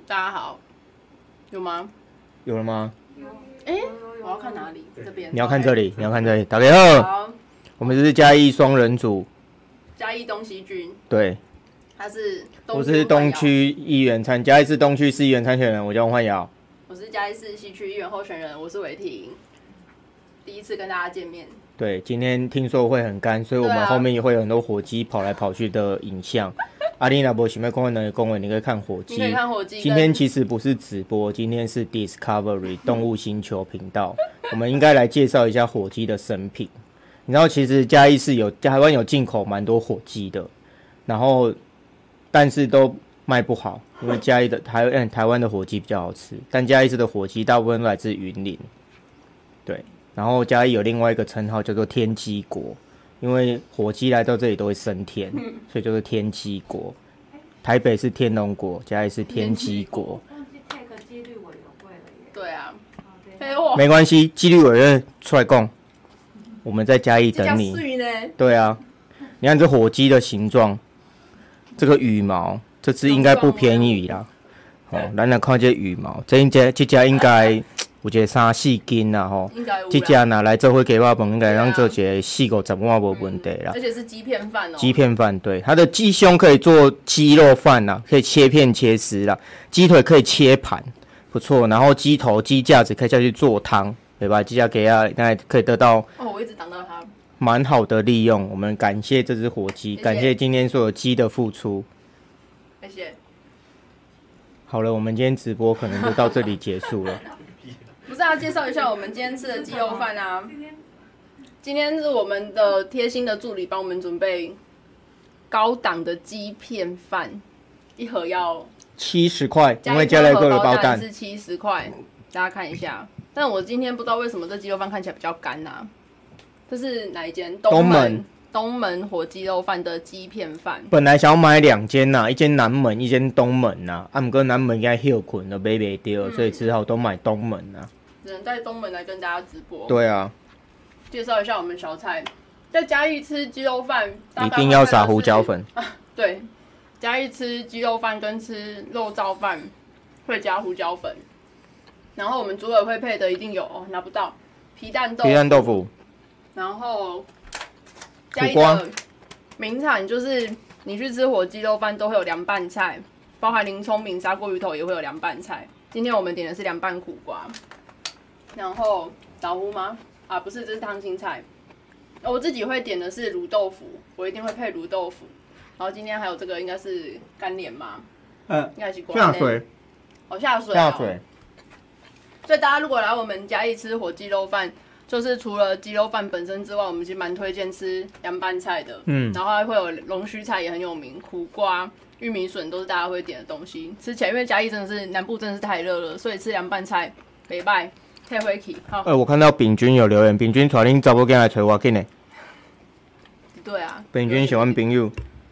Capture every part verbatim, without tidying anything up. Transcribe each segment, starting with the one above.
大家好，有吗？ 有了吗？ 有。哎，我要看哪里？这边。 你要看这里，你要看这里。大家好，我们是嘉义双人组。 嘉义东西军。 对。 他是东。 我是东区议员参，嘉义市东区市议员参选人，我叫王焕尧。 我是嘉义市西区议员候选人，我是伟霆。第一次跟大家见面。对， 今天听说会很干，所以我们后面也会有很多火鸡跑来跑去的影像。阿丽娜博喜麦公园的公园，你可以看火鸡。 你可以看火鸡。 今天其实不是直播，今天是 Discovery 动物星球频道。我们应该来介绍一下火鸡的生平。你知道，其实嘉义市有台湾有进口蛮多火鸡的，然后但是都卖不好，因为嘉义的台湾台湾的火鸡比较好吃，但嘉义市的火鸡大部分都来自云林。对，然后嘉义有另外一个称号叫做天鸡国。因为火鸡来到这里都会升天，嗯、所以就是天鸡国。台北是天龙国，嘉义是天鸡国。 忘记 take 纪律委员会了耶。 对啊， 没关系，纪律委员出来供，我们在嘉义等你。对啊，你看这火鸡的形状，这个羽毛，这只应该不便宜啦。哦，咱来看这羽毛，这一只这只应该。有一个三四斤啦吼，这只拿来做伙鸡肉饭，应该让做一个四五十碗无问题啦。 而且是鸡片饭哦。 鸡片饭对，它的鸡胸可以做鸡肉饭啦，可以切片切丝啦，鸡腿可以切盘，不错。然后鸡头、鸡架子可以下去做汤，对吧？鸡架给它，那可以得到哦，我一直挡到它。 蛮好的利用，我们感谢这只火鸡，感谢今天所有鸡的付出。 谢谢。 好了，我们今天直播可能就到这里结束了。 不是要介绍一下我们今天吃的鸡肉饭啊？今天是我们的贴心的助理帮我们准备高档的鸡片饭，一盒要七十块，因为加了一个包蛋是七十块，大家看一下。但我今天不知道为什么这鸡肉饭看起来比较干啊？这是哪一间？东门东门火鸡肉饭的鸡片饭。 本来想要买两间呐，一间南门，一间东门呐。啊，不过南门应该休困了，买不到，所以只好都买东门呐。 只能在东门来跟大家直播。 对啊， 介绍一下我们小菜，在嘉义吃鸡肉饭， 一定要撒胡椒粉。 啊、对，嘉义吃鸡肉饭跟吃肉燥饭会加胡椒粉，然后我们组委会配的一定有哦，拿不到皮蛋豆腐， 皮蛋豆腐， 然后嘉义的名产就是你去吃火鸡肉饭都会有凉拌菜，包含林聪明砂锅鱼头也会有凉拌菜。今天我们点的是凉拌苦瓜。然后老胡吗？啊，不是，这是烫青菜。哦、我自己会点的是卤豆腐，我一定会配卤豆腐。然后今天还有这个应该是干莲吗？ 嗯，应该是下水。 哦，下水、哦。 下水。 所以大家如果来我们嘉义吃火鸡肉饭，就是除了鸡肉饭本身之外，我们其实蛮推荐吃凉拌菜的。嗯。然后还会有龙须菜也很有名，苦瓜、玉米笋都是大家会点的东西。吃起来，因为嘉义真的是南部真的是太热了，所以吃凉拌菜没败。退回去，好。 哎、欸，我看到炳君有留言，炳君带恁查某囝来找我紧呢。 对啊。 炳君喜欢朋友。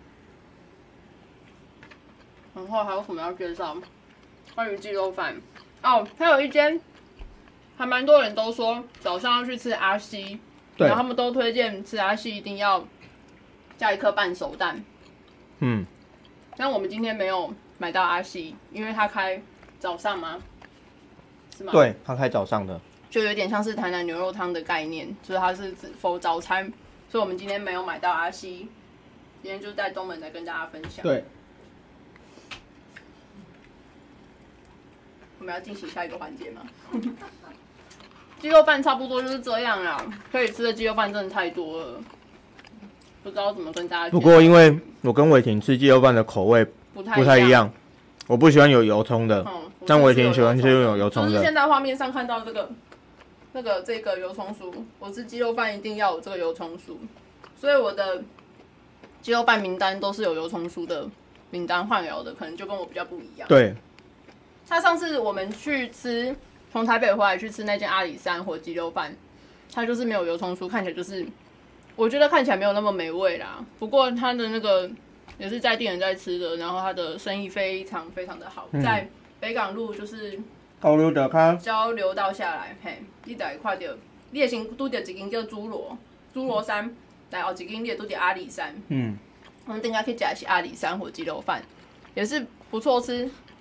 然后还有什么要介绍？关于鸡肉饭哦，还有一间，还蛮多人都说早上要去吃阿西，然后他们都推荐吃阿西一定要加一颗半熟蛋。嗯。但我们今天没有买到阿西，因为他开早上吗？是吗？ 对，他开早上的， 就有点像是台南牛肉汤的概念，就是它是否早餐，所以我们今天没有买到阿西，今天就在东门来跟大家分享。 对， 我们要进行下一个环节吗？鸡肉饭差不多就是这样啦，可以吃的鸡肉饭真的太多了，不知道怎么跟大家。 不过因为我跟伟霆吃鸡肉饭的口味不太, 不太一样，我不喜欢有油葱的。嗯，但我也挺喜欢吃有油葱的。 就是现在画面上看到这个、那个、这个油葱酥，我吃鸡肉饭一定要有这个油葱酥，所以我的鸡肉饭名单都是有油葱酥的名单，换油的可能就跟我比较不一样。 对。 他上次我们去吃，从台北回来去吃那间阿里山火鸡肉饭，它就是没有油葱酥，看起来就是，我觉得看起来没有那么美味啦。不过它的那个。也是在地人在吃的，然后他的生意非常非常的好，嗯、在北港路就是交流道卡交流道下来，嘿，你就会看到，你会先拄到一间叫猪罗，猪罗山，然后一间你会拄到阿里山，嗯，我们等下去吃的是阿里山火鸡肉饭，也是不错吃，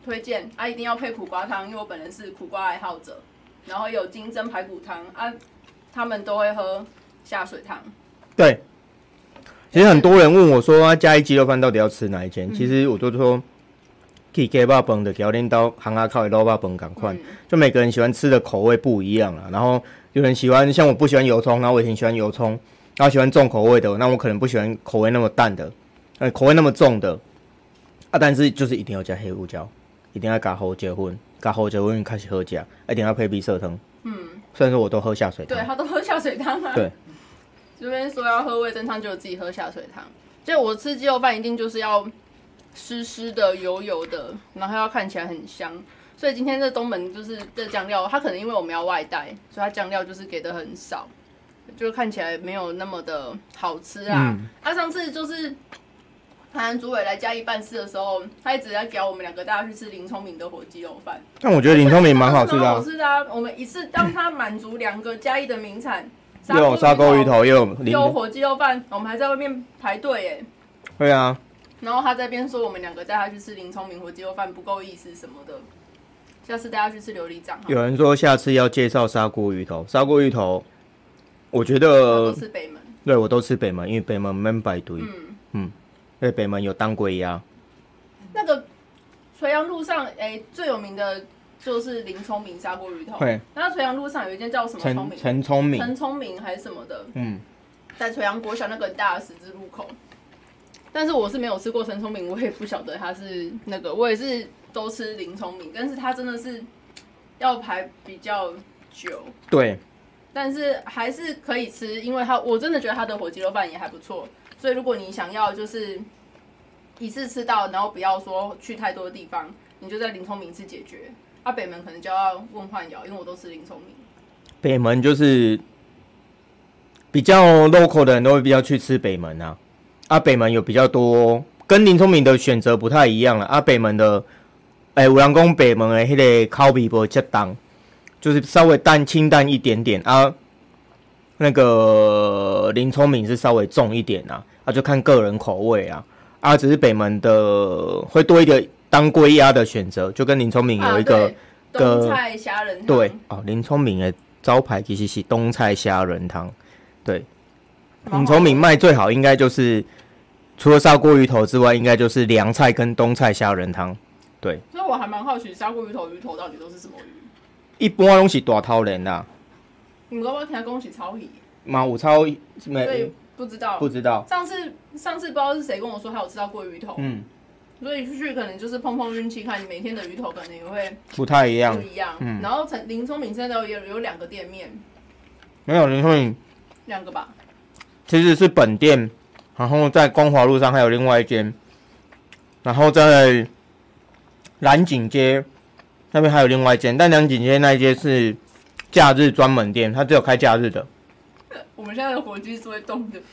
推荐啊，一定要配苦瓜汤，因为我本人是苦瓜爱好者。然后有金针排骨汤啊，他们都会喝下水汤。 对，其实很多人问我说，啊、嘉义鸡肉饭到底要吃哪一间？嗯、其实我就说，去鸡肉饭的，教练到行下靠的肉肉饭赶快，就每个人喜欢吃的口味不一样啦。然后有人喜欢，像我不喜欢油葱，然后我也挺喜欢油葱，然后喜欢重口味的，那我可能不喜欢口味那么淡的，呃，口味那么重的。啊，但是就是一定要加黑胡椒，一定要加胡椒粉。加胡椒粉开始喝加，一定要配碧色汤。嗯，虽然说我都喝下水汤， 对他都喝下水汤啊。 对， 这边说要喝味噌汤，就我自己喝下水汤。就我吃鸡肉饭一定就是要湿湿的、油油的，然后要看起来很香。所以今天这东门就是这酱料，它可能因为我们要外带，所以它酱料就是给的很少，就看起来没有那么的好吃啊。嗯、啊，上次就是。台南主委来嘉义办事的时候，他一直在教我们两个大家去吃林聪明的火鸡肉饭。 但我觉得林聪明蛮好吃的、啊， 好吃的啊！我们一次让他满足两个嘉义的名产， 又有砂锅鱼头，又有又有火鸡肉饭，我们还在外面排队耶。 对啊。 然后他在那边说我们两个带他去吃林聪明火鸡肉饭不够意思什么的，下次带他去吃琉璃掌。 有人说下次要介绍砂锅鱼头，砂锅鱼头，我觉得都吃北门。 对，我都吃北门，因为北门没排队。嗯嗯。因为北门有当归鸭， 那个垂杨路上，哎、欸，最有名的就是林聪明砂锅鱼头。对，那垂杨路上有一间叫什么聪明？ 陈聪明， 陈聪明还是什么的？嗯，在垂杨国小那个大的十字路口。但是我是没有吃过陈聪明，我也不晓得他是那个，我也是都吃林聪明，但是他真的是要排比较久。 对， 但是还是可以吃，因为他我真的觉得他的火鸡肉饭也还不错。所以如果你想要就是一次吃到，然后不要说去太多的地方，你就在林聪明一次解决。啊，北门可能就要问换药，因为我都吃林聪明。 北门就是比较 local 的人都会比较去吃北门啊。啊，北门有比较多跟林聪明的选择不太一样了。啊，北门的，哎、欸，有人讲北门的那个烤比不恰当，就是稍微淡清淡一点点啊。那个林聪明是稍微重一点啊，啊就看个人口味啊，啊只是北门的会多一个当归鸭的选择，就跟林聪明有一个、啊、 东菜虾仁汤。 对哦，林聪明的招牌其实是东菜虾仁汤，对，林聪明卖最好应该就是除了砂锅鱼头之外，应该就是凉菜跟东菜虾仁汤，对。 所以我还蛮好奇砂锅鱼头鱼头到底都是什么鱼？ 一般都是大头鲢啦。 你们要不要听讲是草鱼？ 嘛有草， 所以不知道。 不知道。 上次上次不知道是谁跟我说他有吃到过鱼头，嗯，所以出去可能就是碰碰运气，看你每天的鱼头可能也会不太一样， 不一样。嗯。然后林聪明现在有有两个店面， 没有林聪明两个吧？ 其实是本店，然后在光华路上还有另外一间，然后在蓝景街那边还有另外一间，但蓝景街那一间是假日专门店，它只有开假日的。 我们现在的火鸡是会动的。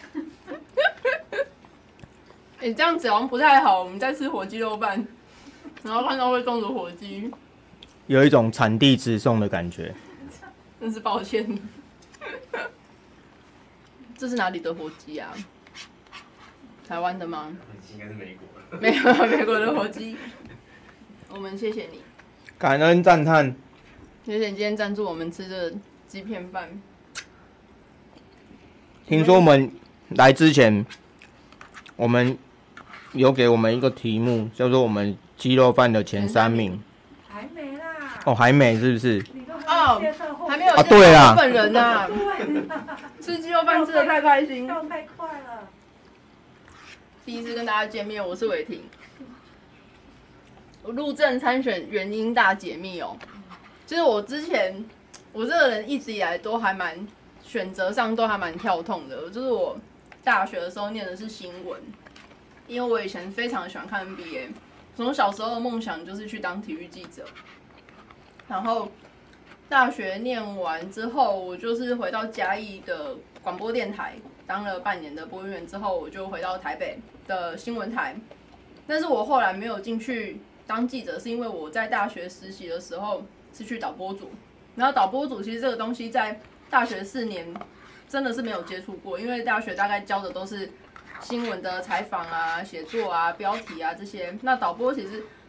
哎、欸，这样子好像不太好。我们在吃火鸡肉饭，然后看到会动的火鸡， 有一种产地直送的感觉。 真是抱歉。这是哪里的火鸡啊？台湾的吗？ 应该是美国的。 没有，美国的火鸡。我们谢谢你， 感恩赞叹。 谢谢你今天赞助我们吃的鸡片饭。 听说我们来之前，我们有给我们一个题目，叫做我们鸡肉饭的前三名。 还没啦。 哦，还没是不是？ 哦，还没有啊，对啦， 本人呐、啊，吃鸡肉饭吃的太开心， 跳太快了。 第一次跟大家见面，我是伟霆。我入正参选原因大解密哦，就是我之前，我这个人一直以来都还蛮选择上都还蛮跳痛的，就是我大学的时候念的是新闻，因为我以前非常喜欢看 N B A， 从小时候的梦想就是去当体育记者，然后大学念完之后，我就是回到嘉义的广播电台当了半年的播音员之后，我就回到台北的新闻台，但是我后来没有进去当记者，是因为我在大学实习的时候是去导播组，然后导播组其实这个东西在大学四年真的是没有接触过，因为大学大概教的都是新闻的采访啊、写作啊、标题啊这些，那导播其实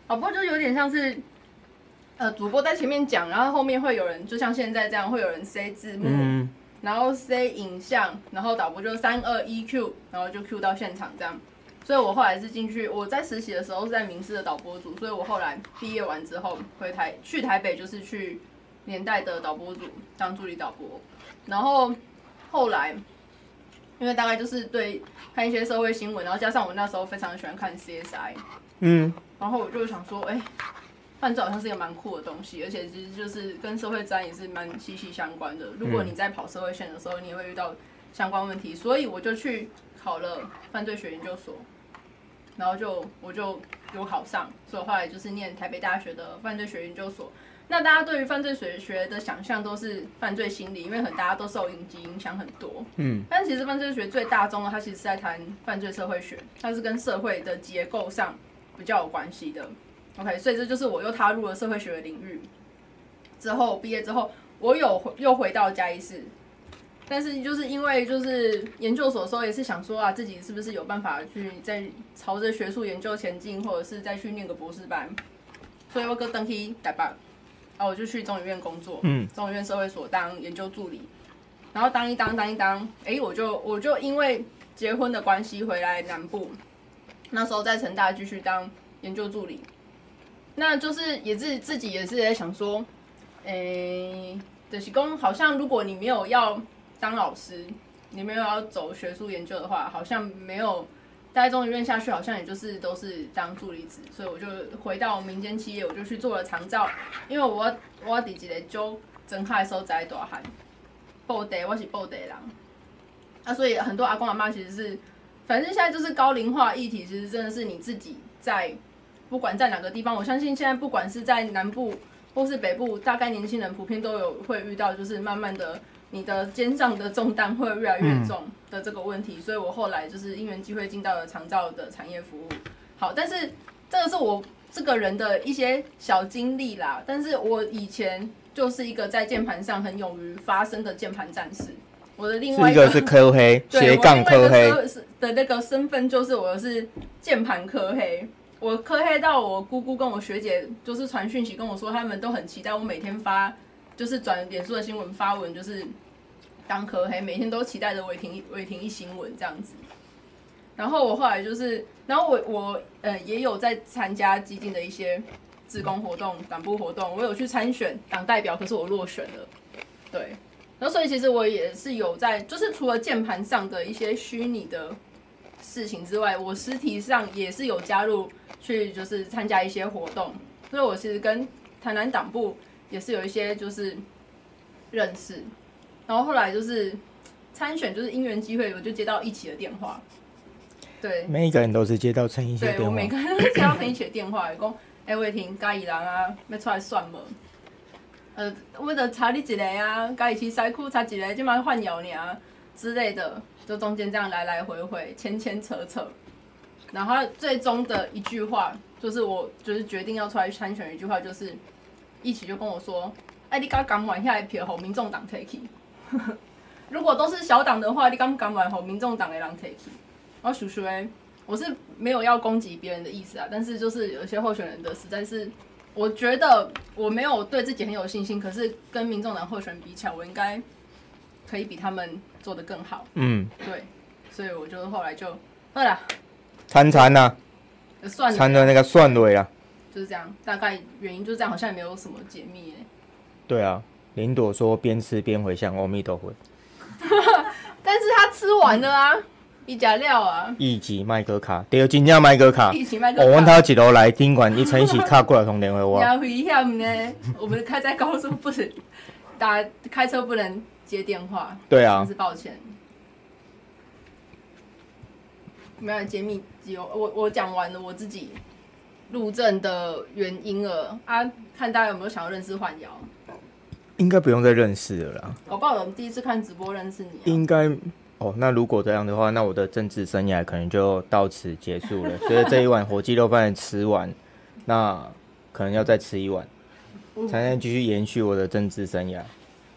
导播就有点像是，呃，主播在前面讲，然后后面会有人，就像现在这样，会有人 say 字幕，嗯、然后 say 影像，然后导播就三二一 Q， 然后就 Q 到现场这样。所以我后来是进去，我在实习的时候是在民视的导播组，所以我后来毕业完之后回台去台北，就是去年代的导播组当助理导播，然后后来。因为大概就是对看一些社会新闻，然后加上我那时候非常喜欢看 C S I， 嗯，然后我就想说，哎、欸，犯罪好像是一个蛮酷的东西，而且其实就是跟社会治安也是蛮息息相关的。如果你在跑社会线的时候，你也会遇到相关问题，所以我就去考了犯罪学研究所，然后就我就有考上，所以我后来就是念台北大学的犯罪学研究所。那大家对于犯罪学的想象都是犯罪心理，因为很大家都受影集影响很多。嗯，但其实犯罪学最大宗的，它其实是在谈犯罪社会学，它是跟社会的结构上比较有关系的。OK， 所以这就是我又踏入了社会学的领域。之后毕业之后，我有又回到嘉义市，但是就是因为就是研究所的时候也是想说啊，自己是不是有办法去再朝着学术研究前进，或者是再去念个博士班，所以我跟登去台北。然后我就去中研院工作，嗯，中研院社会所当研究助理，然后当一当当一当，哎，我就我就因为结婚的关系回来南部，那时候在成大继续当研究助理，那就是也是自己也是在想说，哎，就是说好像如果你没有要当老师，你没有要走学术研究的话，好像没有。待中研院下去，好像也就是都是当助理职，所以我就回到民间企业，我就去做了长照，因为我我伫一个就真开的所在大汉，布袋我是布袋人，啊，所以很多阿公阿嬷其实是，反正现在就是高龄化议题，其实真的是你自己在不管在哪个地方，我相信现在不管是在南部或是北部，大概年轻人普遍都有会遇到，就是慢慢的。你的肩上的重担会越来越重的这个问题，嗯、所以我后来就是因缘机会进到了长照的产业服务。好，但是这个是我这个人的一些小经历啦。但是我以前就是一个在键盘上很勇于发声的键盘战士。我的另外一个是一个是科黑，斜杠科黑的那个身份就是我是键盘科黑。我科黑到我姑姑跟我学姐就是传讯息跟我说，他们都很期待我每天发。就是转脸书的新闻发文，就是当科黑，每天都期待着伟霆伟霆一新闻这样子。然后我后来就是，然后我我呃也有在参加基金的一些志工活动、党部活动，我有去参选党代表，可是我落选了。对，然后所以其实我也是有在，就是除了键盘上的一些虚拟的事情之外，我实体上也是有加入去就是参加一些活动，所以我其实跟台南党部。也是有一些就是认识，然后后来就是参选，就是因缘机会，我就接到一起的电话。对， 每一个人都是接到陈奕迅的电话。 对，我每个人都接到陈奕迅的电话，讲，哎，伟霆，嘉义人啊，要出来选无？呃，我就差你一个啊，嘉义市西区差一个，即马换摇尔之类的，就中间这样来来回回，牵牵扯扯，然后最终的一句话，就是我就是决定要出来参选的一句话，就是。一起就跟我说，哎、欸，你刚刚完下来票，民众党 take 如果都是小党的话，你刚刚完后，民众党的人 take。然后叔叔哎，我是没有要攻击别人的意思啊，但是就是有些候选人的实在是，我觉得我没有对自己很有信心，可是跟民众党候选人比起来，我应该可以比他们做得更好。嗯，对，所以我就后来就好啦， 参参呐， 算参的那个算尾啦。 就是这样，大概原因就是这样，好像也没有什么解密耶。 对啊，林朵说边吃边回向阿弥陀佛。 但是他吃完了啊，伊食了啊。 一级麦克卡，对，真正麦克卡。 一级麦克卡。 我问他一路来，宾馆一晨起卡过来通电话我。 要危险呢，我们开在高速不是打开车不能接电话。 对啊。 真是抱歉。没有解密，有我我讲完了我自己。入政的原因了啊，看大家有没有想要认识幻瑶？ 应该不用再认识了啦。 搞不好我们第一次看直播认识你、啊。 应该哦，那如果这样的话，那我的政治生涯可能就到此结束了。所以这一碗火鸡肉饭吃完，那可能要再吃一碗，嗯、才能继续延续我的政治生涯。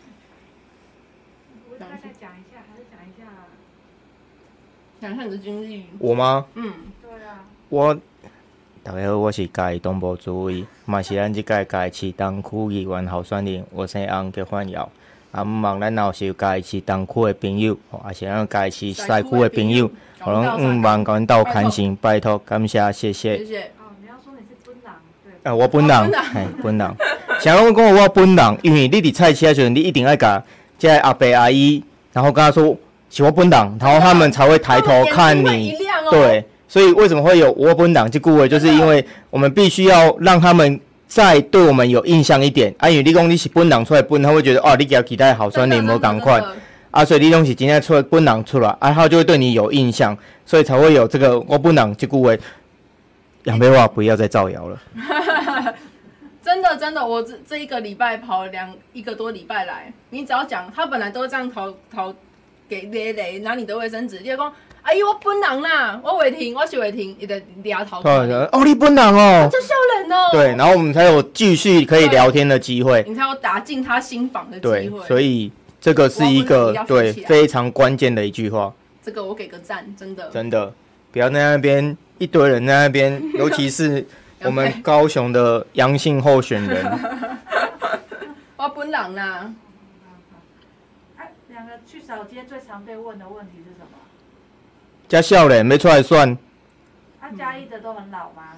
我大概讲一下，还是讲一下？ 讲一下你的经历。 我吗？ 嗯， 对啊。 我。 大家好，我是嘉义东部主委，嘛是咱即届嘉义市东区议员候选人吴生昂嘅范耀。啊，毋望咱若是有嘉义市东区的朋友，也是咱嘉义市西区的朋友，可能毋望甲阮斗牵线，拜托，感谢，谢谢。 谢谢。 哦，你要说你是本人，对。 啊，我本人，嘿，本人。想要讲我本人，因为你伫菜市的时候，你一定要甲这阿伯阿姨，然后跟他说是我本人，然后他们才会抬头看你。 哦、 对，所以为什么会有我本人这句话，就是因为我们必须要让他们再对我们有印象一点。啊，因为你讲你是本人出来本，他会觉得哦，你给他期待好酸，你无赶快。啊，所以你东西今天出来本人出来，啊，他就会对你有印象，所以才会有这个我本人这句话。杨梅话不要再造谣了。 真的真的，我这这一个礼拜跑两一个多礼拜来，你只要讲，他本来都是这样讨讨给雷雷拿你的卫生纸，你就讲，哎呦我本人啦，我伟霆，我是伟霆，你的俩头。 哦，你本人哦， 这笑人哦。 对，然后我们才有继续可以聊天的机会， 你才有打进他心房的机会。 对，所以这个是一个对非常关键的一句话。 这个我给个赞，真的。 真的，不要在那边一堆人在那边，尤其是我们高雄的阳性候选人。 我本人啦。 哎，两个去扫街最常被问的问题是什么？ 加少年没出来算。 啊，嘉义的都很老吗？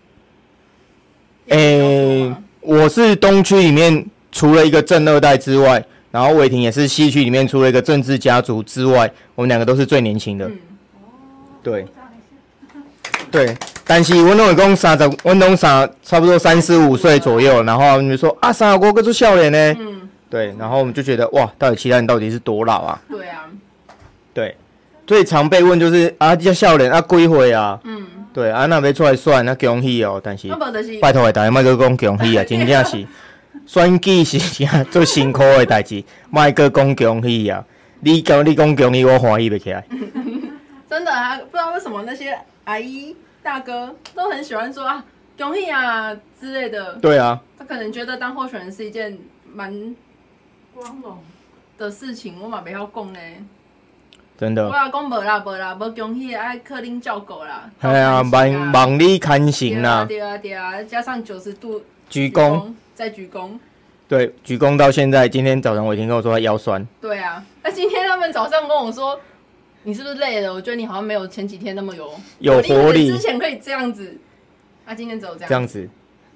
诶、欸，我是东区里面除了一个正二代之外，然后伟霆也是西区里面除了一个政治家族之外，我们两个都是最年轻的。嗯、对。对，但是阮拢会讲三十，阮拢三差不多三十五岁左右，然后他们就说啊，三十五个做少年呢。嗯。对，然后我们就觉得哇，到底其他人到底是多老啊？ 对啊。 对，最常被问就是啊，这少年啊几岁啊？嗯。对，啊那要出来选，那恭喜哦，但是拜托大家莫搁讲恭喜啊，真正是选举是件最辛苦的代志，莫搁讲恭喜啊！你讲你讲恭喜，我欢喜不起来。 真的啊，不知道为什么那些阿姨大哥都很喜欢说啊恭喜啊之类的。 对啊。 他可能觉得当候选人是一件蛮光荣的事情，我嘛不要讲呢。 真的。 我要讲无啦无啦，无恭喜爱克林叫狗啦。 哎呀，万万里看行啦。 对啊对啊，加上九十度鞠躬， 再鞠躬。 对，鞠躬到现在，今天早上伟霆跟我说他腰酸。 对啊，那今天他们早上跟我说。你是不是累了？我觉得你好像没有前几天那么有有活力。 之前可以这样子，啊，今天只有这样。 这样子。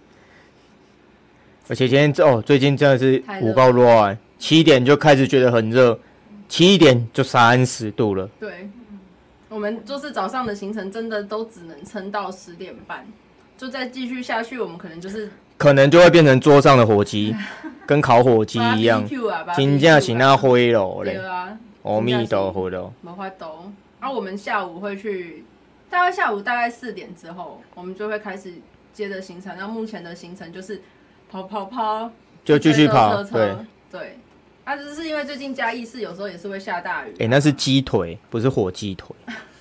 而且今天哦，最近真的是五高热啊，七点就开始觉得很热，七点就三十度了。 对，我们就是早上的行程真的都只能撑到十点半，就再继续下去，我们可能就是可能就会变成桌上的火鸡，跟烤火鸡一样，真正是那灰了嘞。 对啊。 阿弥陀佛的， 没法度。然后我们下午会去，大概下午大概四点之后，我们就会开始接着行程。然后目前的行程就是跑跑跑， 就继续跑。对对，啊，只是因为最近嘉义市有时候也是会下大雨。 哎、欸，那是鸡腿，不是火鸡腿。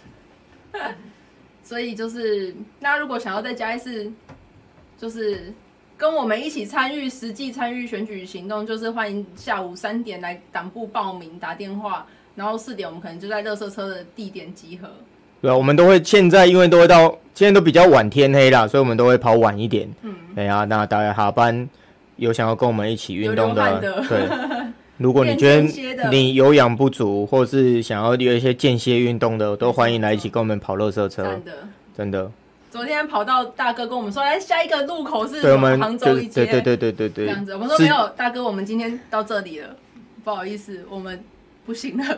所以就是大家如果想要在嘉义市，就是跟我们一起参与实际参与选举行动，就是欢迎下午三点来党部报名打电话，然后四点我们可能就在垃圾车的地点集合。 对啊，我们都会现在因为都会到现在都比较晚天黑啦，所以我们都会跑晚一点。嗯，对啊，那大家下班有想要跟我们一起运动 的, 的，对。如果你觉得你有氧不足，或是想要有一些间歇运动的，都欢迎来一起跟我们跑垃圾车。真的，真的。昨天跑到大哥跟我们说，哎，下一个路口是杭州一街， 对对对对对， 这样子。我们说没有，大哥，我们今天到这里了，不好意思，我们不行了。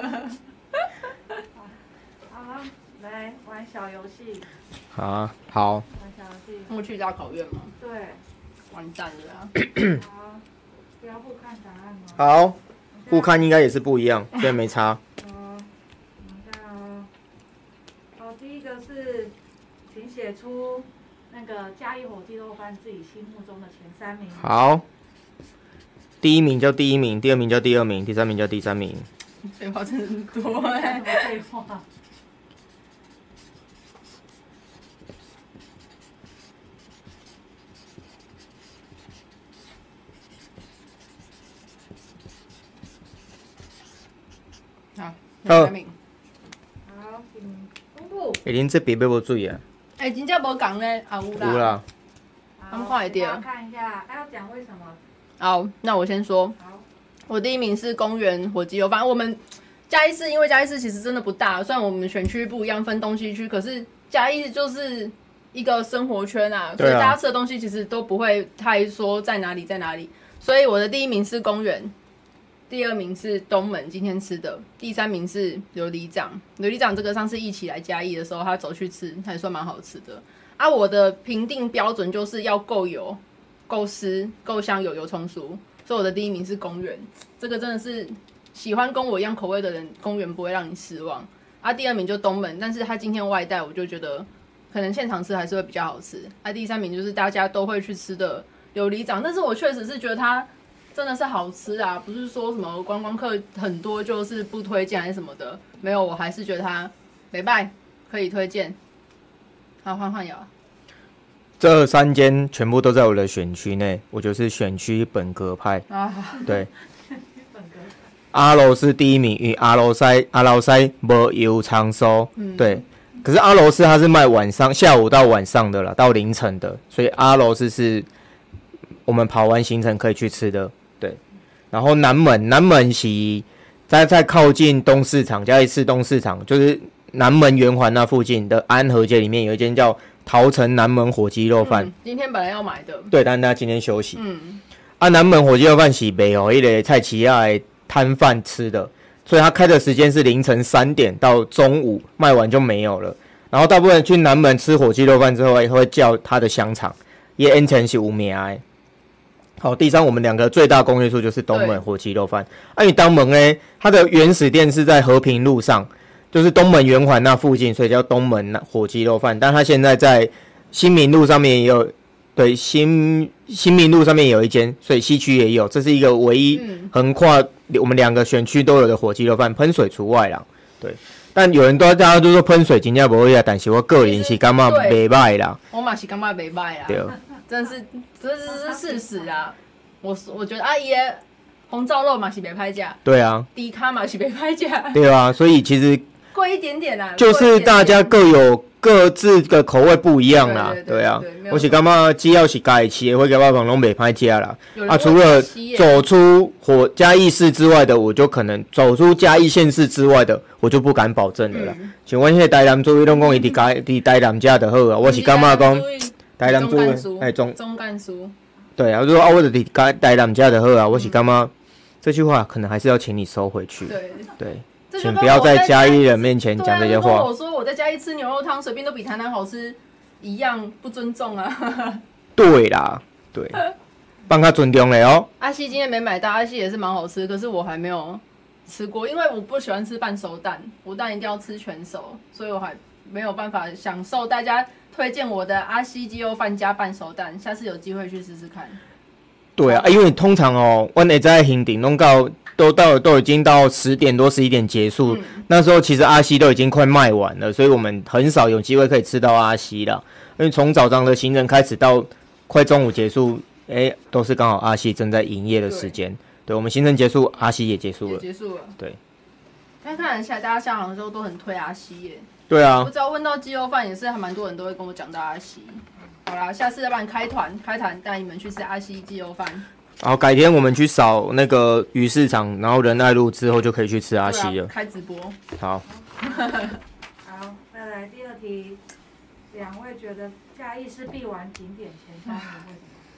好，来玩小游戏。 好啊，好。玩小游戏。 默去大考院吗？ 对。 完蛋了啊！ 好，不要不看答案哦。 好，不看应该也是不一样，所以没差。 好，等一下哦。好，第一个是。请写出那个嘉义火鸡肉饭自己心目中的前三名。 好，第一名叫第一名，第二名叫第二名，第三名叫第三名。 废话真的很多哎、欸， 废话。 好，第三名。 好，请公布。 哎、欸，恁这边要无水啊？ 哎、欸，真正正无讲呢，啊有啦。 有啦。 他们快一点。 看一下，还要讲为什么？ 好，那我先说。 好。 我第一名是公园火鸡肉饭。我们嘉义市因为嘉义市其实真的不大，虽然我们选区不一样，分东西区，可是嘉义就是一个生活圈啊，所以大家吃的东西其实都不会太说在哪里在哪里。所以我的第一名是公园，第二名是东门今天吃的，第三名是琉璃掌。琉璃掌这个上次一起来嘉义的时候，他走去吃，还算蛮好吃的。啊，我的评定标准就是要够油、够湿、够香，有油葱酥。所以我的第一名是公园，这个真的是喜欢跟我一样口味的人，公园不会让你失望。啊，第二名就东门，但是他今天外带，我就觉得可能现场吃还是会比较好吃。啊，第三名就是大家都会去吃的琉璃掌，但是我确实是觉得它真的是好吃啊，不是说什么观光客很多就是不推荐还是什么的，没有，我还是觉得它没败，可以推荐。好，换换瑶。 这三间全部都在我的选区内，我就是选区本格派。啊，对。阿楼是第一名，因为阿楼塞阿楼塞没油长收，嗯，对。可是阿楼是它是卖晚上下午到晚上的啦，到凌晨的，所以阿楼是是我们跑完行程可以去吃的，对。然后南门南门是在在靠近东市场，嘉义市东市场，就是南门圆环那附近的安和街里面有一间叫桃城南门火鸡肉饭、嗯， 今天本来要买的， 对，但是他今天休息。嗯，啊，南门火鸡肉饭是卖哦，一个蔡奇亚的摊贩吃的，所以他开的时间是凌晨三点到中午，卖完就没有了。然后大部分人去南门吃火鸡肉饭之后，会叫他的香肠，因为 N 城是有名的。好，第三，我们两个最大公约数就是东门火鸡肉饭。啊，因为东门呢，它的原始店是在和平路上。就是东门圆环那附近，所以叫东门火鸡肉饭。但他现在在新民路上面也有，对新新民路上面也有一间，所以西区也有。这是一个唯一横跨我们两个选区都有的火鸡肉饭，喷水除外啦。对，但有人都大家都说喷水真正不会啊，但是我个人是感觉袂歹啦。 我嘛是感觉袂歹啦。对，真是这是事实啊。我我觉得阿姨的红烧肉嘛是袂歹食。 对啊。 低卡嘛是袂歹食。 对啊，所以其实。 贵一点点啦， 就是大家各有各自的口味不一样啦，对, 对, 对, 对啊。我是感觉只要是家己吃的，或者我朋拢袂歹食啦。啊，除了走出火嘉义市之外的，我就可能走出嘉义县市之外的，我就不敢保证了啦。像阮迄个台南猪，伊拢讲伊伫家伫台南食就好啊。我是感觉讲台南猪，哎中中干酥。 对啊，我说啊，我就伫家台南食就好啊。我是感觉这句话可能还是要请你收回去。对对。请不要在嘉义人面前讲这些话。 跟我说我在嘉义吃牛肉汤，随便都比台南好吃，一样不尊重啊。 对啦，对，帮他尊重了哦。 阿西今天没买到，阿西也是蛮好吃，可是我还没有吃过，因为我不喜欢吃半熟蛋，我蛋一定要吃全熟，所以我还没有办法享受大家推荐我的阿西鸡肉饭加半熟蛋，下次有机会去试试看。 对啊，因为通常哦，我会在行程弄到。都到都已经到十点多十一点结束、嗯，那时候其实阿西都已经快卖完了，所以我们很少有机会可以吃到阿西啦。因为从早上的行程开始到快中午结束，哎、欸，都是刚好阿西正在营业的时间。对，我们行程结束，阿西也结束了， 结束了。 对。 但看起来大家下航的时候都很推阿西耶。 对啊。 我只要问到鸡肉饭，也是还蛮多人都会跟我讲到阿西。好啦，下次要不然开团开团带你们去吃阿西鸡肉饭。 然后改天我们去扫那个鱼市场，然后仁爱路之后就可以去吃阿西了。 啊、开直播。 好。 好，再来第二题，两位觉得嘉义是必玩景点前三名为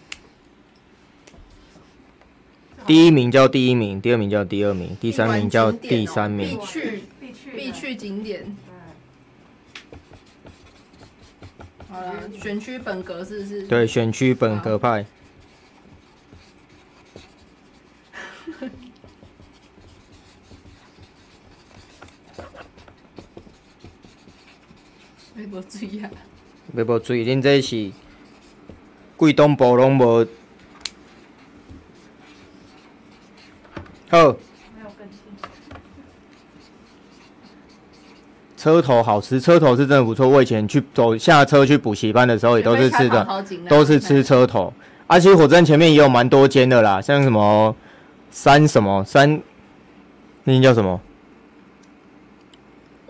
什么？ 第一名叫第一名，第二名叫第二名，第三名叫第三名。 必去必去必去景点。好了，选区本格是不是？ 对，选区本格派。 要无水啊！ 要无水，恁这是贵东部拢无好。车头好吃，车头是真的不错。我以前去走下车去补习班的时候，也都是吃的，都是吃车头。而且、啊、火车站前面也有蛮多间的啦，像什么山什么山，那间叫什么？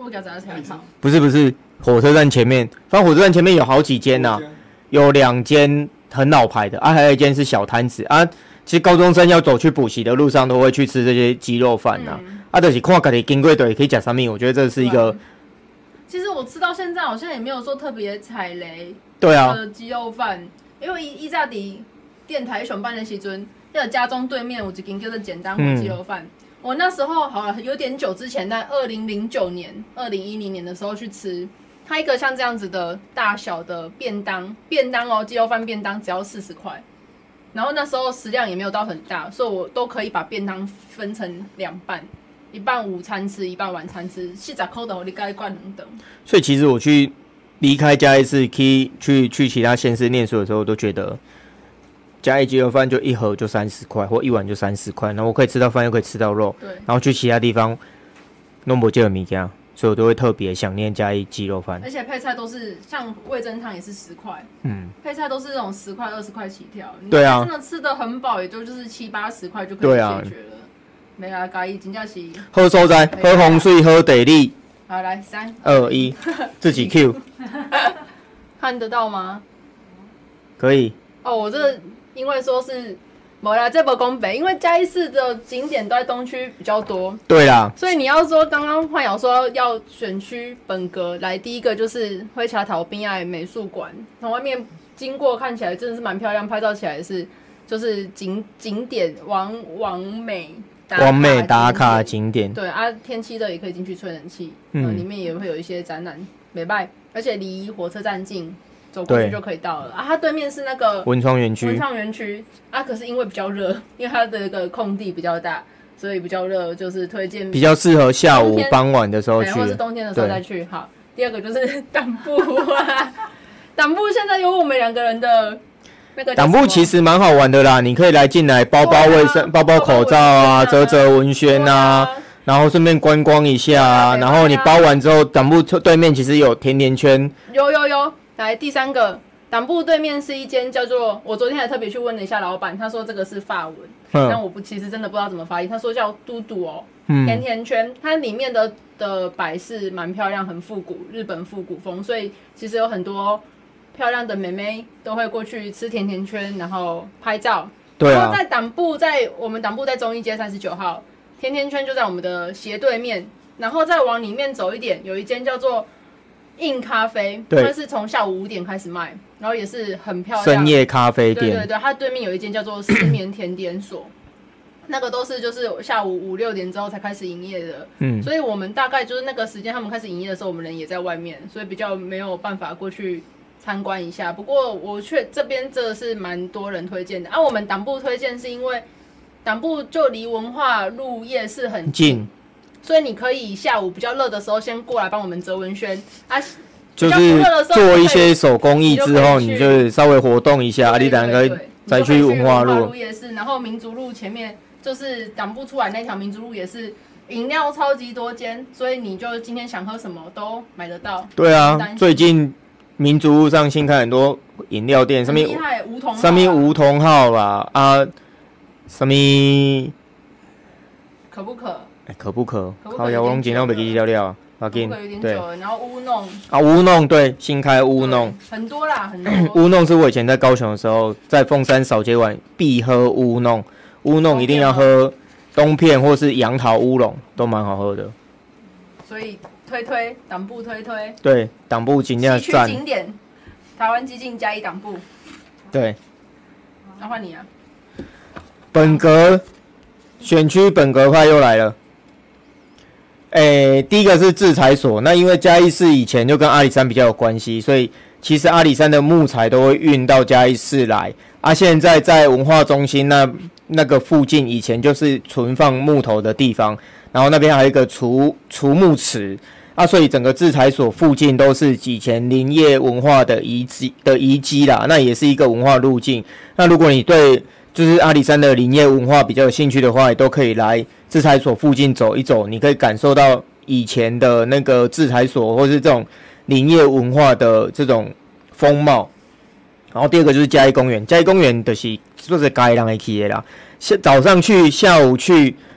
我给他才好。 不是不是，火车站前面，反正火车站前面有好几间呐、啊，有两间很老牌的，啊，还有一间是小摊子啊。其实高中生要走去补习的路上，都会去吃这些鸡肉饭呐、啊。嗯、啊，就是看家己经过对可以讲啥米，我觉得这是一个。 其实我吃到现在好像也没有说特别踩雷。 对啊。 鸡肉饭，因为伊早伫电台上班的时阵，那个家中对面有一间叫做简单火鸡肉饭。嗯我那时候好了，有点久之前，在二零零九年、二零一零年的时候去吃，它一个像这样子的大小的便当，便当哦，鸡肉饭便当只要四十块，然后那时候食量也没有到很大，所以我都可以把便当分成两半，一半午餐吃，一半晚餐吃，四十块的我你该灌两顿。 所以其实我去离开嘉义市去去去其他县市念书的时候，都觉得。嘉义鸡肉饭就一盒就三十块，或一碗就三十块，然后我可以吃到饭，又可以吃到肉。 对。 然后去其他地方弄不见的物件，所以我都会特别想念嘉义鸡肉饭。 而且配菜都是像味噌汤也是十块，嗯，配菜都是这种十块、二十块起跳。 对啊。 真的吃得很饱，也就就是七八十块就可以解决了。没啊，嘉义真正是。 好所在，好风水，好地理。 好，来三二一，自己 Q。 看得到吗？ 可以。 哦，我这。因为说是，没啦，这不公平，因为嘉义市的景点都在东区比较多。 对啦。 所以你要说刚刚幻瑶说要选区本格来，第一个就是灰茶桃滨爱美术馆，从外面经过看起来真的是蛮漂亮，拍照起来是就是景景点完完美。 完美打卡景点。 对啊，天气热也可以进去吹冷气，嗯、呃，里面也会有一些展览，美拜，而且离火车站近。走过去就可以到了啊！它对面是那个文创园区， 文创园区啊。可是因为比较热，因为它的那个空地比较大，所以比较热，就是推荐比较适合下午傍晚的时候去， 或是冬天的时候再去。好，第二个就是党部啊，党部现在有我们两个人的那个党部其实蛮好玩的啦，你可以来进来包包卫生、包包口罩啊、折折文宣啊，然后顺便观光一下啊。然后你包完之后，党部对面其实有甜甜圈， 有有有。来第三个，党部对面是一间叫做，我昨天还特别去问了一下老板，他说这个是法文，嗯、但我不其实真的不知道怎么发音，他说叫嘟嘟哦，嗯、甜甜圈，它里面的的摆饰蛮漂亮，很复古，日本复古风，所以其实有很多漂亮的妹妹都会过去吃甜甜圈，然后拍照。 对啊。 然后在党部，在我们党部在中义街三十九号，甜甜圈就在我们的斜对面，然后再往里面走一点，有一间叫做。印咖啡，它是从下午五点开始卖，然后也是很漂亮。 深夜咖啡店， 对对对，它对面有一间叫做失眠甜点所，那个都是就是下午五六点之后才开始营业的。嗯，所以我们大概就是那个时间他们开始营业的时候，我们人也在外面，所以比较没有办法过去参观一下。不过我却这边真的是蛮多人推荐的啊。我们党部推荐是因为党部就离文化路夜市很近。所以你可以下午比较热的时候先过来帮我们折文宣啊， 就是做一些手工艺之后，你就稍微活动一下，你两个再去文化路也是，然后民族路前面就是党部出来那条民族路也是饮料超级多间，所以你就今天想喝什么都买得到。 对啊，最近民族路上新开很多饮料店，上面上面梧桐号啦啊，上面可不可？ 欸、可不可？靠呀，我拢尽量袂记了了，要紧。 对，然后乌弄啊，乌弄对，新开乌弄很多啦，很多。 乌弄是我以前在高雄的时候，在凤山扫街晚必喝乌弄，乌弄一定要喝冬片或是杨桃乌龙，都蛮好喝的。 所以推推党部推推。 对，党部景点赞。 景点，台湾基进嘉义党部。 对。 那换你啊。 本格选区本格派又来了。诶，第一个是制裁所，那因为嘉义市以前就跟阿里山比较有关系，所以其实阿里山的木材都会运到嘉义市来。啊，现在在文化中心那那个附近，以前就是存放木头的地方，然后那边还有一个储储木池，啊，所以整个制裁所附近都是以前林业文化的遗迹的遗迹啦，那也是一个文化路径。那如果你对就是阿里山的林业文化比较有兴趣的话，也都可以来制裁所附近走一走，你可以感受到以前的那个制裁所或是这种林业文化的这种风貌。然后第二个就是嘉义公园，嘉义公园就是就是嘉义人会去的啦，早上去、下午去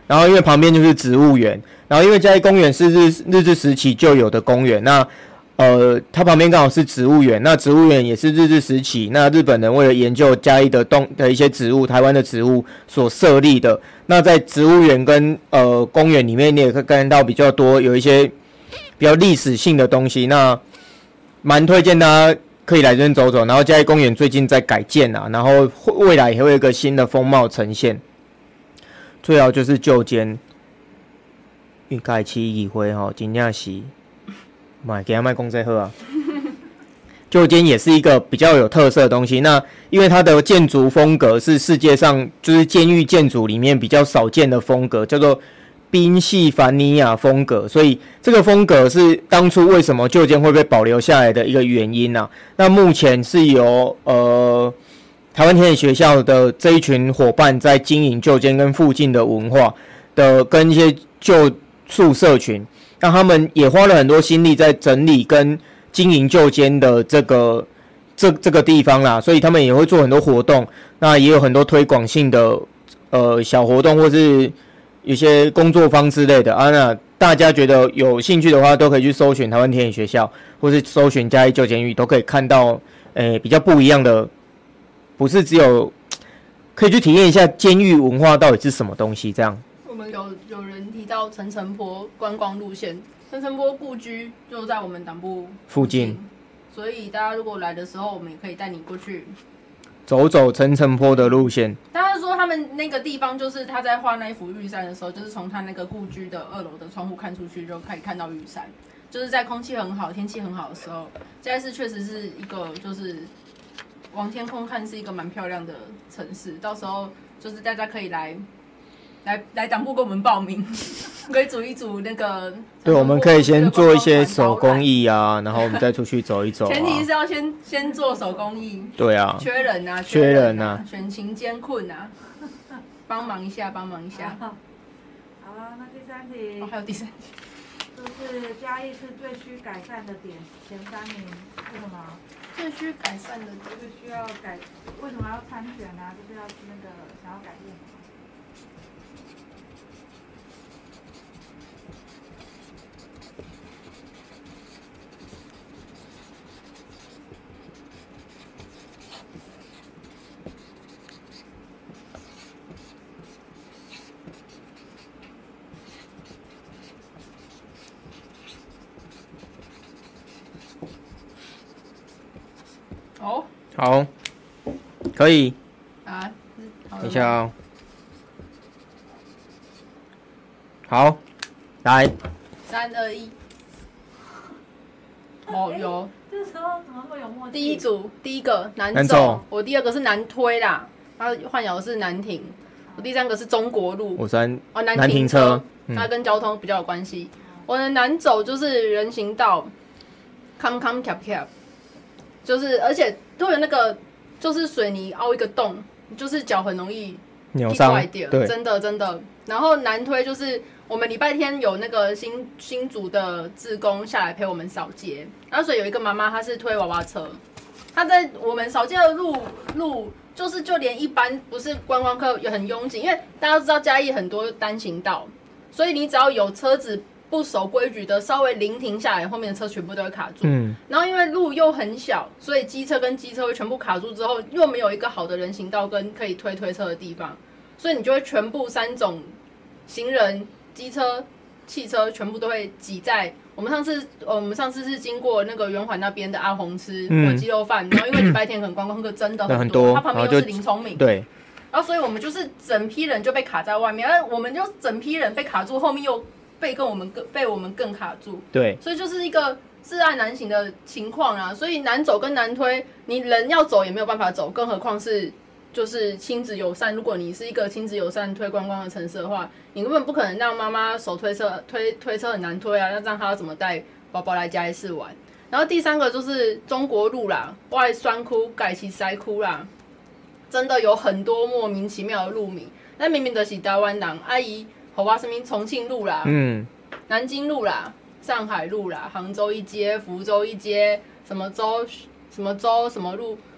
然后因为旁边就是植物园，然后因为嘉义公园是日日治时期就有的公园，那呃它旁边刚好是植物园，那植物园也是日治时期，那日本人为了研究嘉义的动的一些植物，台湾的植物所设立的。那在植物园跟呃公园里面，你也可以看到比较多有一些比较历史性的东西，那蛮推荐大家可以来这边走走。然后嘉义公园最近在改建啊，然后未来也会有一个新的风貌呈现。最好就是旧间，预改期议会吼，真正是，买给他卖公仔喝啊。旧间也是一个比较有特色的东西。那因为它的建筑风格是世界上就是监狱建筑里面比较少见的风格，叫做宾夕凡尼亚风格，所以这个风格是当初为什么旧间会被保留下来的一个原因啊。那目前是由呃台湾田野学校的这一群伙伴在经营旧间跟附近的文化的跟一些旧宿社群，那他们也花了很多心力在整理跟经营旧间的这个这这个地方啦，所以他们也会做很多活动，那也有很多推广性的呃小活动或是一些工作坊之类的啊。那大家觉得有兴趣的话，都可以去搜寻台湾田野学校，或是搜寻嘉义旧监狱，都可以看到诶比较不一样的，不是只有可以去体验一下监狱文化到底是什么东西这样。 我们有有人提到陈澄波观光路线。陈澄波故居就在我们党部附近， 所以大家如果来的时候，我们也可以带你过去走走陈澄波的路线。 他是说他们那个地方，就是他在画那一幅玉山的时候，就是从他那个故居的二楼的窗户看出去，就可以看到玉山。就是在空气很好、天气很好的时候，嘉义市确实是一个就是往天空看是一个蛮漂亮的城市。到时候就是大家可以来。来来党部跟我们报名，可以组一组那个。 对，我们可以先做一些手工艺啊，然后我们再出去走一走、啊。 前提是要先先做手工艺。 对啊。 缺人啊， 缺人啊， 选情艰困啊，帮忙一下，帮忙一下。 好，好啊，那第三题。 哦，还有第三题。 就是嘉义市最需改善的点前三名是什么？ 最需改善的点就是需要改，为什么要参选啊？就是要那个想要改变。 哦， 好，可以。 啊， 等一下哦。好，来。 三二一。哦，有。 这时候怎么会有默契？ 第一组，第一个南南走，我第二个是南推啦，他换摇是南停，我第三个是中国路， 我三哦南南停车， 它跟交通比较有关系。我的南走就是人行道，康康卡卡。就是而且都有那个，就是水泥凹一个洞，就是脚很容易扭伤， 对，真的真的。然后南推就是我们礼拜天有那个新新竹的志工下来陪我们扫街，然后所以有一个妈妈她是推娃娃车，她在我们扫街的路路就是就连一般不是观光客也很拥挤，因为大家都知道嘉义很多单行道，所以你只要有车子不守规矩的稍微临停下来，后面的车全部都会卡住。嗯，然后因为路又很小，所以机车跟机车会全部卡住之后，又没有一个好的人行道跟可以推推车的地方，所以你就会全部三种行人、机车、汽车全部都会挤在。我们上次，呃，我们上次是经过那个圆环那边的阿红吃火鸡肉饭，然后因为礼拜天可能观光客真的很多，它旁边又是林聪明， 对。 然后所以我们就是整批人就被卡在外面，而我们就整批人被卡住，后面又。被跟我们更被我们更卡住， 对， 所以就是一个自爱难行的情况啊。所以难走跟难推，你人要走也没有办法走，更何况是就是亲子友善。如果你是一个亲子友善推观光的城市的话，你根本不可能让妈妈手推车推推车很难推啊，那让她怎么带宝宝来嘉义市玩？然后第三个就是中国路啦，外酸窟改其塞窟啦，真的有很多莫名其妙的路名，那明明的是台湾人，阿姨。好哇，什么重庆路啦，嗯，南京路啦，上海路啦，杭州一街、福州一街，什么州什么州什么路，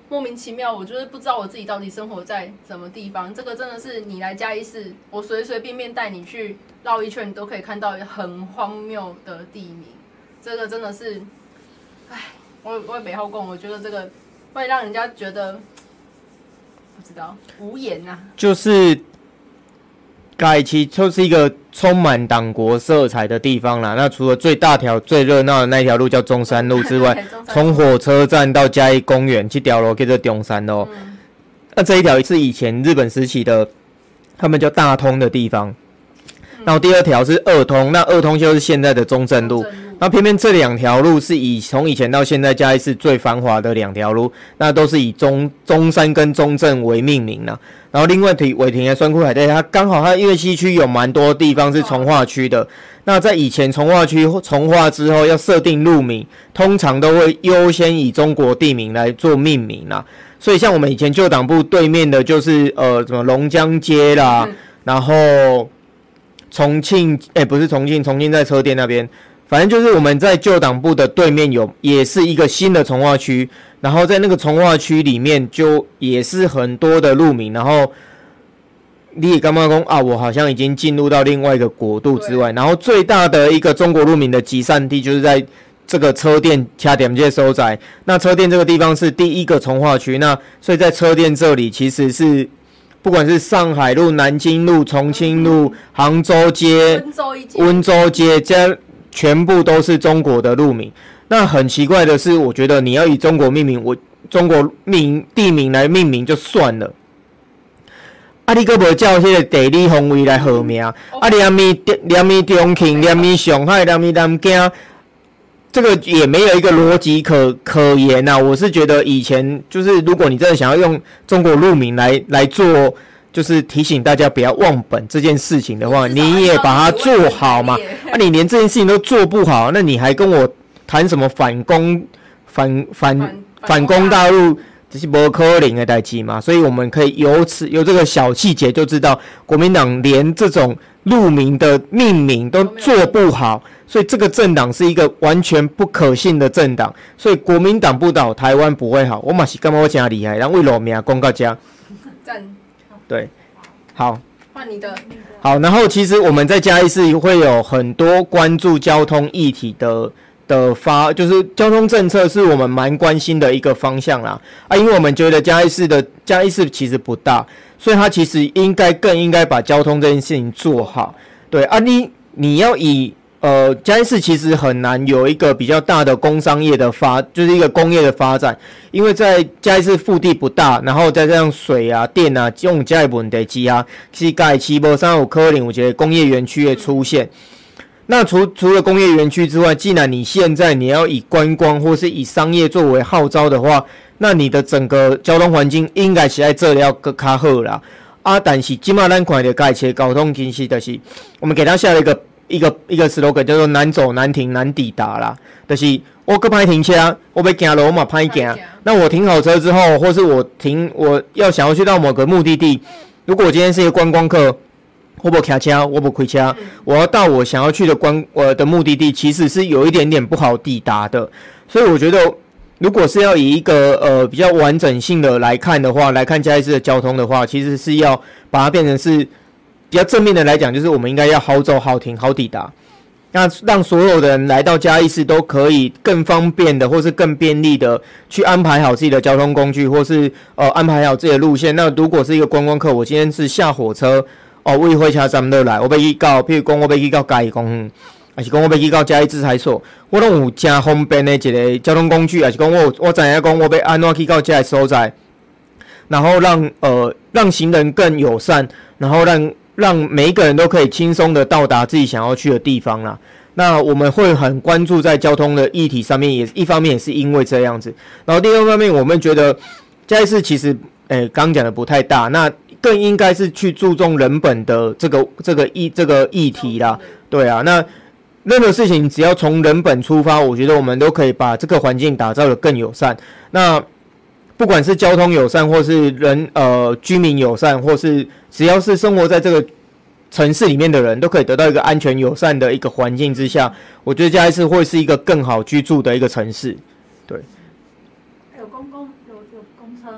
莫名其妙，我就是不知道我自己到底生活在什么地方。这个真的是你来嘉义市，我随随便便带你去绕一圈，你都可以看到很荒谬的地名。这个真的是，唉，我我也北后共，我觉得这个会让人家觉得不知道无言呐、啊。 就是嘉义市就是一个充满党国色彩的地方啦。那除了最大条、最热闹的那条路叫中山路之外，从火车站到嘉义公园这条路叫做中山路。嗯、那这一条是以前日本时期的，他们叫大通的地方。嗯、然后第二条是二通，那二通就是现在的中正路。那偏偏这两条路是以从以前到现在嘉义市最繁华的两条路，那都是以中中山跟中正为命名啦。然后另外体伟霆的酸库海带，它刚好它因为西区有蛮多地方是从化区的，那在以前从化区从化之后要设定路名，通常都会优先以中国地名来做命名啦。所以像我们以前旧党部对面的就是呃什么龙江街啦，嗯、然后重庆哎、欸、不是重庆，重庆在车店那边。反正就是我们在旧党部的对面有，也是一个新的从化区，然后在那个从化区里面就也是很多的路名，然后你也刚刚说啊，我好像已经进入到另外一个国度之外，然后最大的一个中国路名的集散地就是在这个车店掐点这收窄，那车店这个地方是第一个从化区，那所以在车店这里其实是不管是上海路、南京路、重庆路、杭州街、温州街加。全部都是中国的路名。那很奇怪的是，我觉得你要以中国命名，我中国命地名来命名就算了。啊，你阁无照迄个地理方位来号名，啊，连咪连咪重庆、连咪上海、连咪南京，这个也没有一个逻辑可可言呐、啊。我是觉得以前就是，如果你真的想要用中国路名来来做。就是提醒大家不要忘本这件事情的话，你也把它做好嘛。啊，你连这件事情都做不好，那你还跟我谈什么反攻、反反反攻大陆，这是不可能的代志嘛。所以我们可以由此由这个小细节就知道，国民党连这种路名的命名都做不好，所以这个政党是一个完全不可信的政党。所以国民党不倒，台湾不会好。我嘛是感觉我真厉害，然后为路名讲到这。 赞。 对，好， 换你的。 好，然后其实我们在嘉义市会有很多关注交通议题的的发，就是交通政策是我们蛮关心的一个方向啦。啊，因为我们觉得嘉义市的嘉义市其实不大，所以它其实应该更应该把交通这件事情做好。对啊，你你要以呃嘉义市其实很难有一个比较大的工商业的发，就是一个工业的发展。因为在嘉义市腹地不大，然后再加上水啊、电啊这种嘉义问题之下，其实嘉义市无啥有可能有一个工业园区的出现。那除除了工业园区之外，既然你现在你要以观光或是以商业作为号召的话，那你的整个交通环境应该是在这里要更较好啦。啊，但是今嘛咱看到嘉义市的交通其实就是我们给他下了一个一个一个 slogan 叫做难走难停难抵达啦，就是我搁歹停车，我要行路我嘛歹行。那我停好车之后，或是我停我要想要去到某个目的地，如果我今天是一个观光客，我不开车，我不开车，我要到我想要去的观我的目的地，其实是有一点点不好抵达的。所以我觉得，如果是要以一个呃比较完整性的来看的话，来看嘉义市的交通的话，其实是要把它变成是比较正面的来讲，就是我们应该要好走、好停、好抵达。那让所有的人来到嘉义市都可以更方便的，或是更便利的去安排好自己的交通工具，或是呃安排好自己的路线。那如果是一个观光客，我今天是下火车哦，为火车站落来，我要去到，譬如讲我要去到嘉义公园，还是讲我要去到嘉义制裁所，我拢有真方便的一个交通工具，还是讲我我知影讲我要安怎去到这个所在，然后让呃让行人更友善，然后让。让每一个人都可以轻松的到达自己想要去的地方啦。那我们会很关注在交通的议题上面，也一方面也是因为这样子。然后第二方面，我们觉得嘉义市其实，诶，刚讲的不太大，那更应该是去注重人本的这个这个议这个议题啦。对啊，那任何事情只要从人本出发，我觉得我们都可以把这个环境打造得更友善。那不管是交通友善，或是人呃居民友善，或是只要是生活在这个城市里面的人，都可以得到一个安全友善的一个环境之下，我觉得嘉义市会是一个更好居住的一个城市。对。 有公共有有公车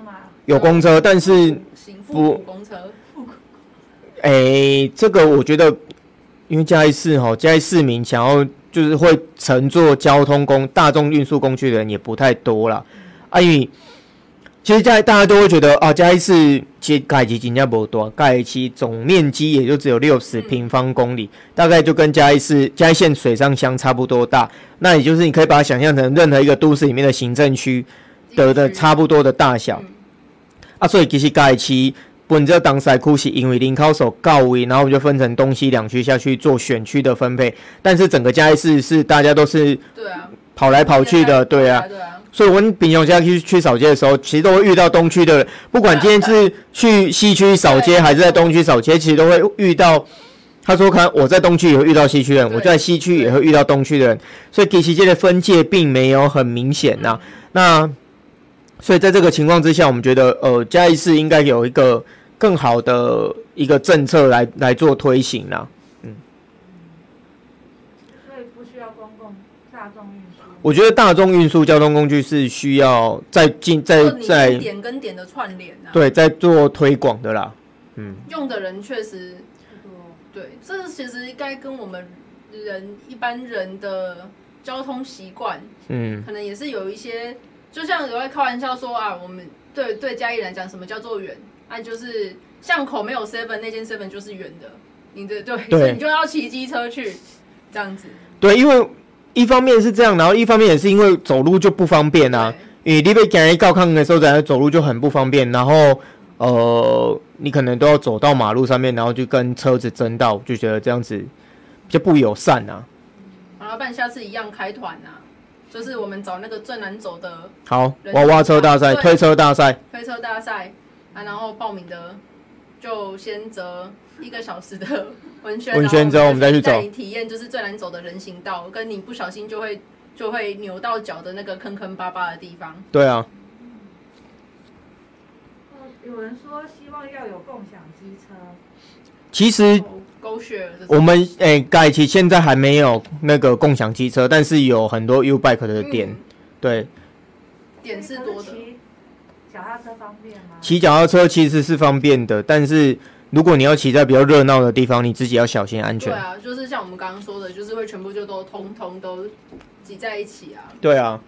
有公车，但是不公车。 哎、欸，这个我觉得，因为嘉义市哈，嘉义市民想要就是会乘坐交通工大众运输工具的人也不太多啦。啊，因为其实嘉义大家都会觉得啊，嘉义市其实盖基真正不多，盖基总面积也就只有六十平方公里，嗯、大概就跟嘉义市嘉义县水上乡差不多大。那也就是你可以把它想象成任何一个都市里面的行政区的的差不多的大小。嗯、啊，所以其实嘉义市本这当赛区是因为林口所告位，然后我们就分成东西两区下去做选区的分配。但是整个嘉义市是大家都是对啊跑来跑去的，对啊。对啊所以我们平常家去去扫街的时候，其实都会遇到东区的人，不管今天是去西区扫街还是在东区扫街，其实都会遇到。他说：“看我在东区也会遇到西区的人，我在西区也会遇到东区的人，所以其实这的分界并没有很明显呐、啊。那所以在这个情况之下，我们觉得呃嘉义市应该有一个更好的一个政策来来做推行啦、啊。嗯， 所以不需要公共大众运输。 我觉得大众运输交通工具是需要再进再再点跟点的串联啊， 对，在做推广的啦。嗯， 用的人确实。”对，这其实应该跟我们人一般人的交通习惯，嗯，可能也是有一些，就像有在开玩笑说啊，我们对对嘉义人来讲，什么叫做远？啊，就是巷口没有 seven， 那间 seven 就是远的，你的对，对所以你就要骑机车去这样子。 对，因为一方面是这样，然后一方面也是因为走路就不方便啊，因为你被赶一告抗的时候，在走路就很不方便，然后。呃，你可能都要走到马路上面，然后就跟车子争道，就觉得这样子就不友善啊。 好了，不然下次一样开团啊，就是我们找那个最难走的。 好，娃娃车大赛、推车大赛、 推车大赛啊，然后报名的就先择一个小时的文宣， 文宣之后我们再去走， 带你体验就是最难走的人行道，跟你不小心就会就会扭到脚的那个坑坑巴巴的地方。 对啊。 有人说希望要有共享机车， 其实我们诶，盖、欸、其现在还没有那个共享机车，但是有很多 U-Bike 的点，嗯、对， 点是多的。 骑脚踏车方便吗？ 骑脚踏车其实是方便的，但是如果你要骑在比较热闹的地方，你自己要小心安全。 对啊，就是像我们刚刚说的，就是会全部就都通通都挤在一起啊。 对啊。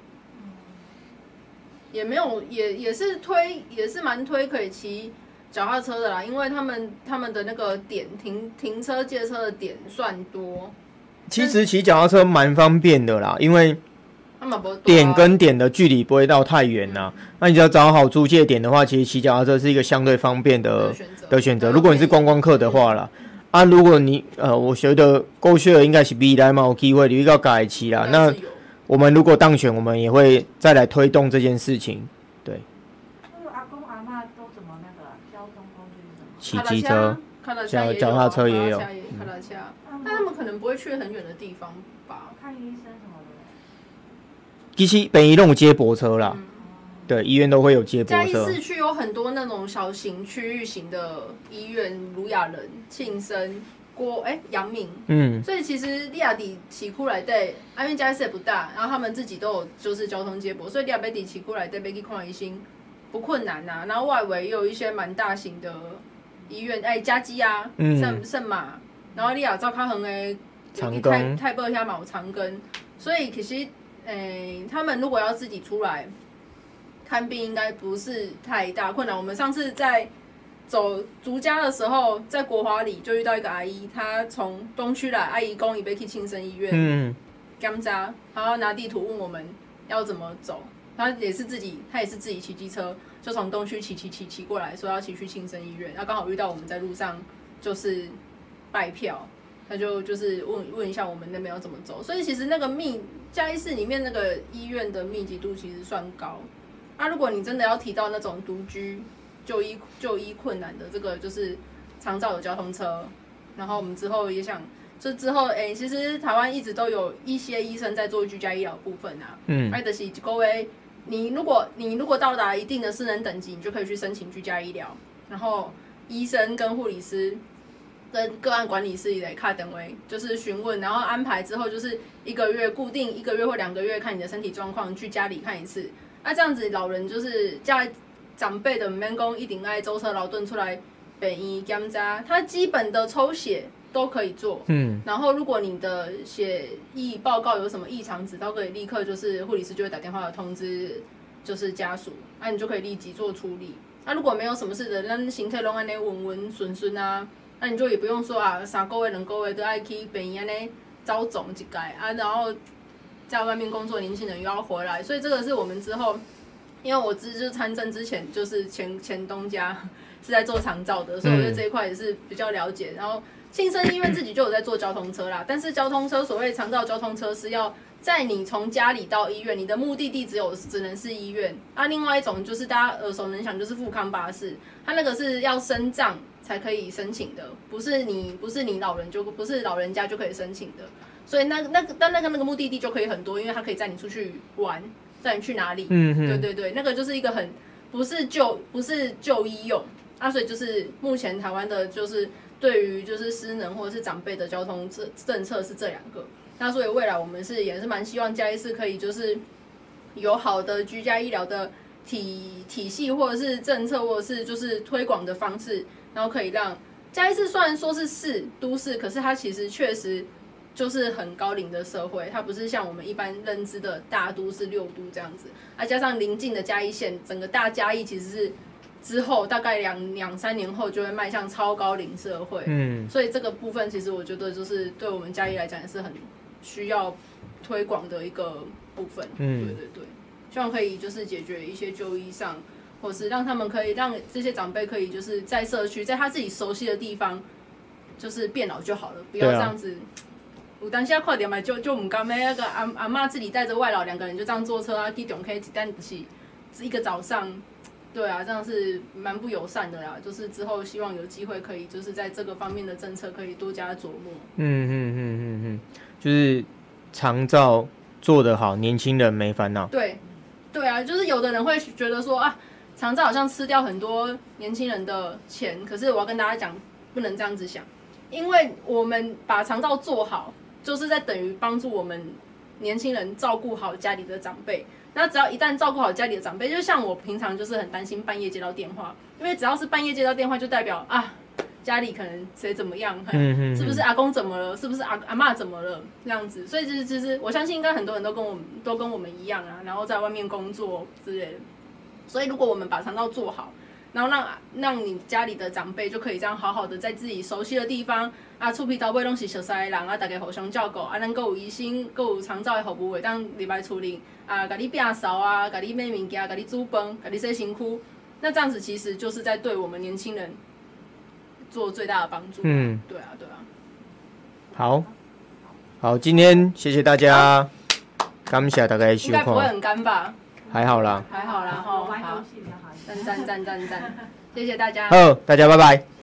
也没有，也也是推，也是蛮推可以骑脚踏车的啦，因为他们他们的那个点停停车借车的点算多。 其实骑脚踏车蛮方便的啦，因为点跟点的距离不会到太远啦。嗯、那你只要找好租借点的话，其实骑脚踏车是一个相对方便的的选择。如果你是观光客的话啦，嗯、啊，如果你呃，我觉得够血应该是未来嘛有机会你要改骑啦，那。我们如果当选，我们也会再来推动这件事情。对。 阿公阿嬷都怎么那个交通工具是什么？骑机车、脚脚踏车也有。 卡拉车，但他们可能不会去很远的地方吧？ 看医生什么的。 其实北医都有接驳车啦，嗯、对，医院都会有接驳车。 嘉义市区有很多那种小型区域型的医院，卢雅人、庆生。郭哎，阳明，嗯，所以其实利亚底起库来对，因为嘉义市也不大，然后他们自己都有就是交通接驳，所以利亚北底起库来对，北去看医生不困难呐、啊。然后外围也有一些蛮大型的医院，哎，嘉基啊，圣圣马，然后利亚赵康恒诶， 长庚、 泰伯下毛长庚，所以其实诶，他们如果要自己出来看病，应该不是太大困难。我们上次在。走竹家的时候，在国华里就遇到一个阿姨，她从东区来，阿姨公已被去庆生医院，嗯，甘扎，然后拿地图问我们要怎么走，她也是自己，她也是自己骑机车，就从东区骑骑骑骑过来，说要骑去庆生医院，然后刚好遇到我们在路上就是拜票，他就就是问问一下我们那边要怎么走，所以其实那个密嘉义市里面那个医院的密集度其实算高，啊，如果你真的要提到那种独居。就医就医困难的这个就是长照有交通车，然后我们之后也想，就之后哎、欸，其实台湾一直都有一些医生在做居家医疗部分啊，嗯，爱的是各位，你如果你如果到达一定的失能等级，你就可以去申请居家医疗，然后医生跟护理师跟个案管理师也来看等位，就是询问，然后安排之后就是一个月固定一个月或两个月看你的身体状况去家里看一次，那、啊、这样子老人就是家。 长辈的免讲一定爱舟车劳顿出来北医检查，他基本的抽血都可以做。嗯，然后如果你的血液报告有什么异常值，都可以立刻就是护理师就会打电话通知就是家属，啊，你就可以立即做处理。啊，如果没有什么事的，咱身体拢安尼稳稳顺顺啊，那你就也不用说啊，三个月两个月都爱去病院安尼遭肿一届啊，然后在外面工作年轻人又要回来，所以这个是我们之后，因为我之就是参政之前就是前前东家是在做长照的，所以我对这一块也是比较了解。然后庆生医院自己就有在做交通车啦，但是交通车所谓长照交通车是要在你从家里到医院，你的目的地只有只能是医院。啊，另外一种就是大家耳熟能详，就是富康巴士，它那个是要身障才可以申请的，不是你不是你老人就不是老人家就可以申请的。所以那那个但那个那个目的地就可以很多，因为它可以载你出去玩，载你去哪里？嗯对对对，那个就是一个很不是就不是就医用啊，所以就是目前台湾的就是对于就是失能或者是长辈的交通政策是这两个。那所以未来我们是也是蛮希望嘉义市可以就是有好的居家医疗的体体系或者是政策或者是就是推广的方式，然后可以让嘉义市虽然说是市都市，可是它其实确实就是很高龄的社会，它不是像我们一般认知的大都市六都这样子，啊加上邻近的嘉义县，整个大嘉义其实是之后大概两两三年后就会迈向超高龄社会，嗯，所以这个部分其实我觉得就是对我们嘉义来讲也是很需要推广的一个部分，嗯，对对对，希望可以就是解决一些就医上，或是让他们可以让这些长辈可以就是在社区，在他自己熟悉的地方，就是变老就好了，不要这样子。有当下快点嘛，就就唔甘咩那个阿阿嬷自己带着外老两个人就这样坐车啊去中溪，但不是一个早上。对啊，这样是蛮不友善的啦。就是之后希望有机会可以，就是在这个方面的政策可以多加琢磨。嗯嗯嗯嗯嗯，就是长照做得好，年轻人没烦恼。 对，对啊，就是有的人会觉得说啊，长照好像吃掉很多年轻人的钱，可是我要跟大家讲，不能这样子想，因为我们把长照做好，就是在等于帮助我们年轻人照顾好家里的长辈。那只要一旦照顾好家里的长辈，就像我平常就是很担心半夜接到电话，因为只要是半夜接到电话，就代表啊家里可能谁怎么样，嗯、是不是阿公怎么了，是不是阿阿嬷怎么了这样子，所以其实其实我相信应该很多人都跟我们都跟我们一样啊，然后在外面工作之类的，所以如果我们把长照做好，然后让让你家里的长辈就可以这样好好的在自己熟悉的地方啊，厝边头尾拢是熟悉的人啊，大家互相照顾啊，咱阁有医生，阁有长照的服务会当入来处理啊，甲你摒扫啊，甲你买物件，甲你煮饭，甲你洗身躯，那这样子其实就是在对我们年轻人做最大的帮助。嗯，对啊，对啊。 好，好，今天谢谢大家，感谢大家的收看。 应该不会很干吧？ 还好啦， 还好啦，吼，好，赞赞赞赞赞，谢谢大家。 好，大家拜拜。